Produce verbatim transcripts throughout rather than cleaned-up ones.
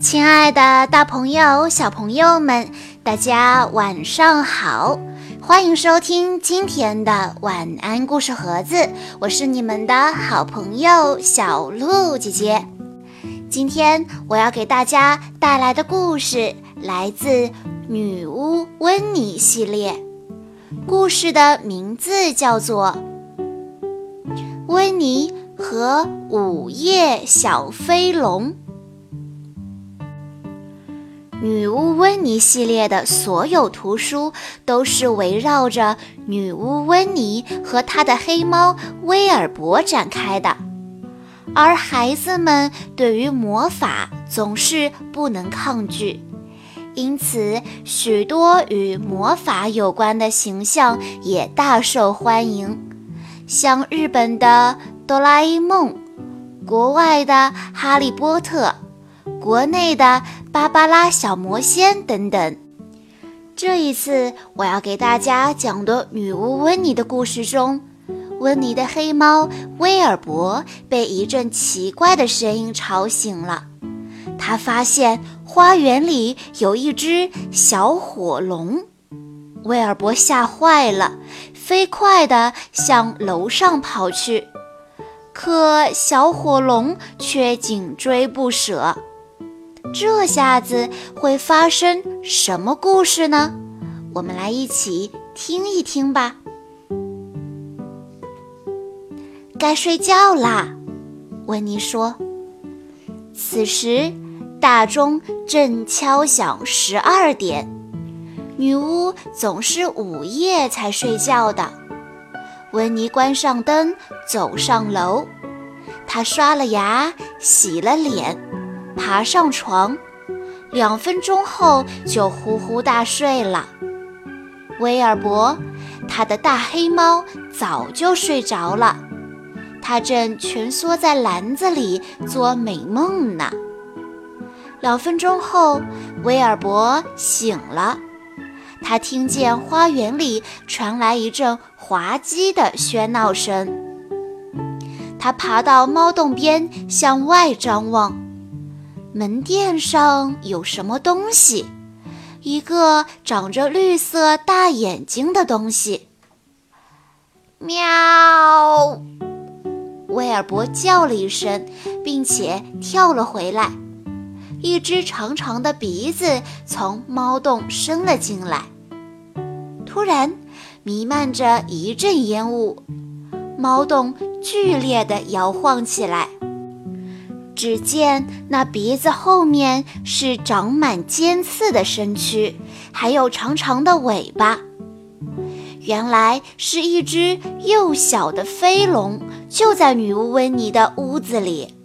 亲爱的大朋友小朋友们，大家晚上好，欢迎收听今天的晚安故事盒子，我是你们的好朋友小鹿姐姐。今天我要给大家带来的故事来自女巫温妮系列，故事的名字叫做温妮和午夜小飞龙。女巫温妮系列的所有图书都是围绕着女巫温妮和她的黑猫威尔伯展开的，而孩子们对于魔法总是不能抗拒，因此许多与魔法有关的形象也大受欢迎，像日本的哆啦 A 梦，国外的哈利波特，国内的芭芭拉小魔仙等等。这一次我要给大家讲的女巫温妮的故事中，温妮的黑猫威尔伯被一阵奇怪的声音吵醒了。他发现花园里有一只小火龙，威尔伯吓坏了，飞快地向楼上跑去，可小火龙却紧追不舍。这下子会发生什么故事呢？我们来一起听一听吧。该睡觉啦，温妮说。此时大钟正敲响十二点，女巫总是午夜才睡觉的。温妮关上灯，走上楼，她刷了牙，洗了脸，爬上床，两分钟后就呼呼大睡了。威尔伯，他的大黑猫早就睡着了，他正蜷缩在篮子里做美梦呢。两分钟后，威尔伯醒了，他听见花园里传来一阵滑稽的喧闹声。他爬到猫洞边向外张望，门垫上有什么东西，一个长着绿色大眼睛的东西。喵！威尔伯叫了一声，并且跳了回来。一只长长的鼻子从猫洞伸了进来。突然，弥漫着一阵烟雾，猫洞剧烈地摇晃起来。只见那鼻子后面是长满尖刺的身躯，还有长长的尾巴。原来是一只幼小的飞龙，就在女巫温妮的屋子里。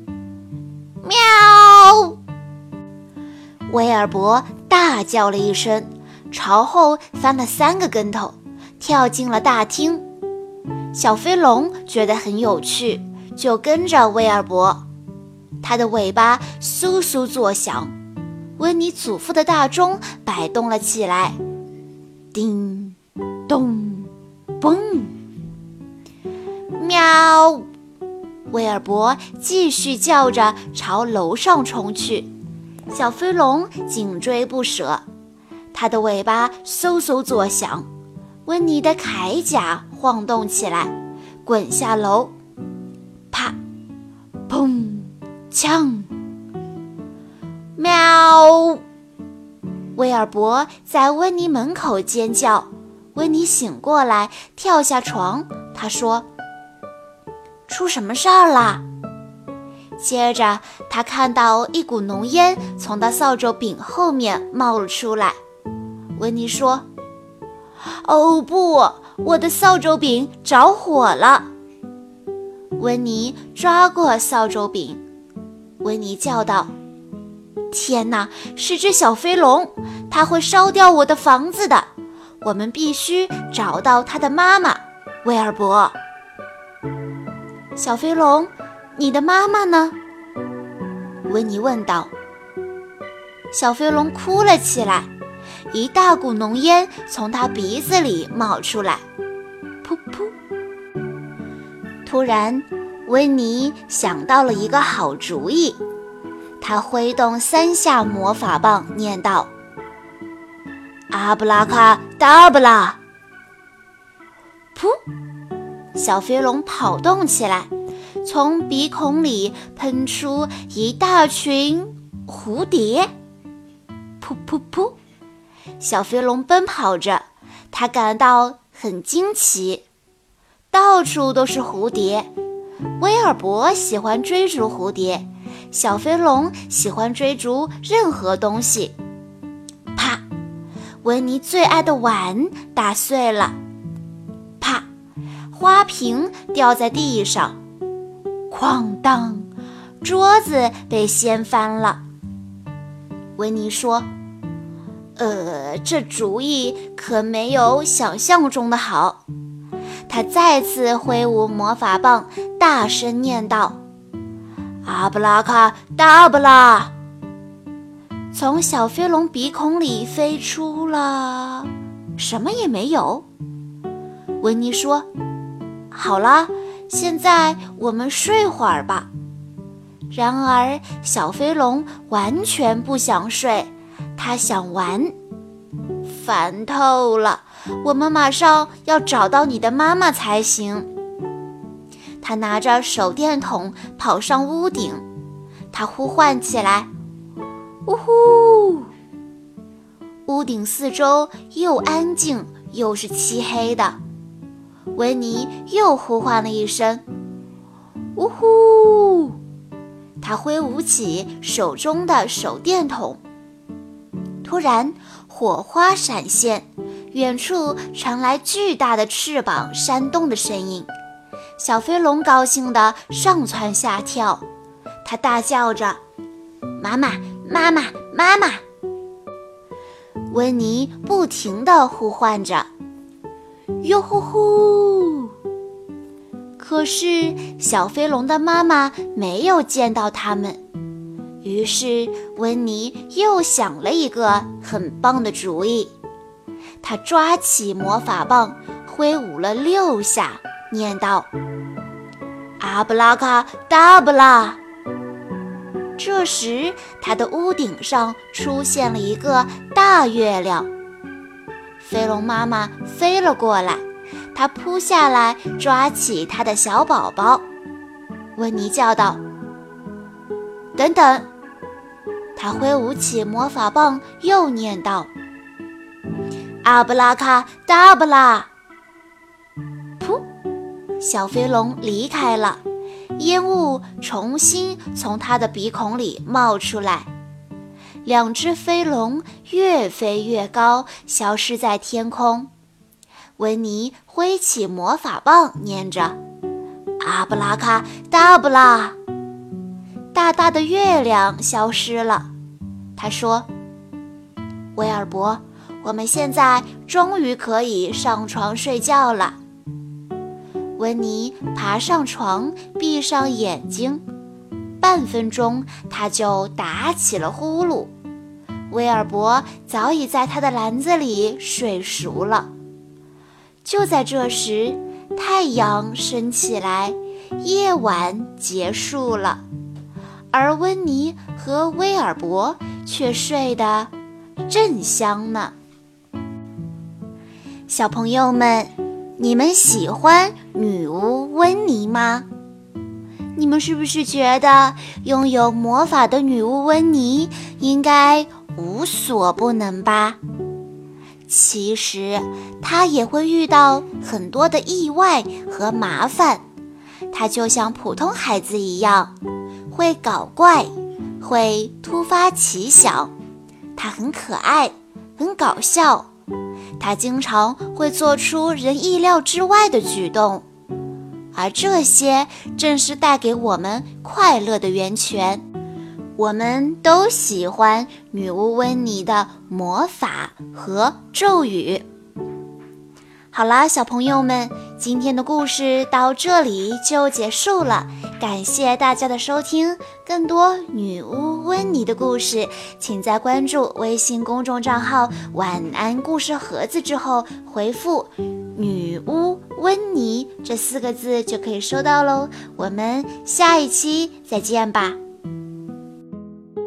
喵！威尔伯大叫了一声，朝后翻了三个跟头，跳进了大厅。小飞龙觉得很有趣，就跟着威尔伯。它的尾巴簌簌作响，温妮祖父的大钟摆动了起来，叮咚嘣。喵！威尔伯继续叫着朝楼上冲去，小飞龙紧追不舍，它的尾巴嗖嗖作响，温妮的铠甲晃动起来，滚下楼，啪砰呛！喵！威尔伯在温妮门口尖叫，温妮醒过来，跳下床。他说：“出什么事儿啦？”接着他看到一股浓烟从他扫帚柄后面冒了出来。温妮说：“哦不，我的扫帚柄着火了！”温妮抓过扫帚柄。温妮叫道：“天哪，是只小飞龙，它会烧掉我的房子的！我们必须找到它的妈妈，威尔伯。”小飞龙，你的妈妈呢？温妮问道。小飞龙哭了起来，一大股浓烟从它鼻子里冒出来，噗噗。突然，温妮想到了一个好主意。 他挥动三下魔法棒，念道：阿布拉卡达布拉！噗！小飞龙跑动起来，从鼻孔里喷出一大群蝴蝶。噗噗噗！小飞龙奔跑着，他感到很惊奇，到处都是蝴蝶。威尔伯喜欢追逐蝴蝶，小飞龙喜欢追逐任何东西。啪！温妮最爱的碗打碎了。啪！花瓶掉在地上。哐当！桌子被掀翻了。温妮说：呃，这主意可没有想象中的好。他再次挥舞魔法棒，大声念道：阿布拉卡达布拉！从小飞龙鼻孔里飞出了什么也没有。温妮说：好了，现在我们睡会儿吧。然而小飞龙完全不想睡，他想玩。烦透了，我们马上要找到你的妈妈才行。他拿着手电筒跑上屋顶，他呼唤起来：呜呼！屋顶四周又安静又是漆黑的。温妮又呼唤了一声：呜呼！他挥舞起手中的手电筒。突然火花闪现，远处传来巨大的翅膀扇动的声音。小飞龙高兴地上蹿下跳，他大叫着：妈妈，妈妈，妈妈！温妮不停地呼唤着：哟呼呼！可是小飞龙的妈妈没有见到他们。于是温妮又想了一个很棒的主意，他抓起魔法棒，挥舞了六下，念道：阿布拉卡达布拉！这时他的屋顶上出现了一个大月亮。飞龙妈妈飞了过来，她扑下来抓起她的小宝宝。温妮叫道：等等！他挥舞起魔法棒，又念道：阿布拉卡达布拉！噗！小飞龙离开了，烟雾重新从他的鼻孔里冒出来。两只飞龙越飞越高，消失在天空。温妮挥起魔法棒，念着：阿布拉卡达布拉！大大的月亮消失了。他说：威尔伯，我们现在终于可以上床睡觉了。温妮爬上床，闭上眼睛，半分钟他就打起了呼噜。威尔伯早已在他的篮子里睡熟了。就在这时，太阳升起来，夜晚结束了，而温妮和威尔伯却睡得正香呢。小朋友们，你们喜欢女巫温妮吗？你们是不是觉得拥有魔法的女巫温妮应该无所不能吧？其实她也会遇到很多的意外和麻烦，她就像普通孩子一样，会搞怪，会突发奇想，她很可爱，很搞笑，她经常会做出人意料之外的举动，而这些正是带给我们快乐的源泉。我们都喜欢女巫温妮的魔法和咒语。好啦，小朋友们，今天的故事到这里就结束了，感谢大家的收听。更多女巫温妮的故事，请在关注微信公众账号晚安故事盒子之后回复女巫温妮这四个字就可以收到喽。我们下一期再见吧。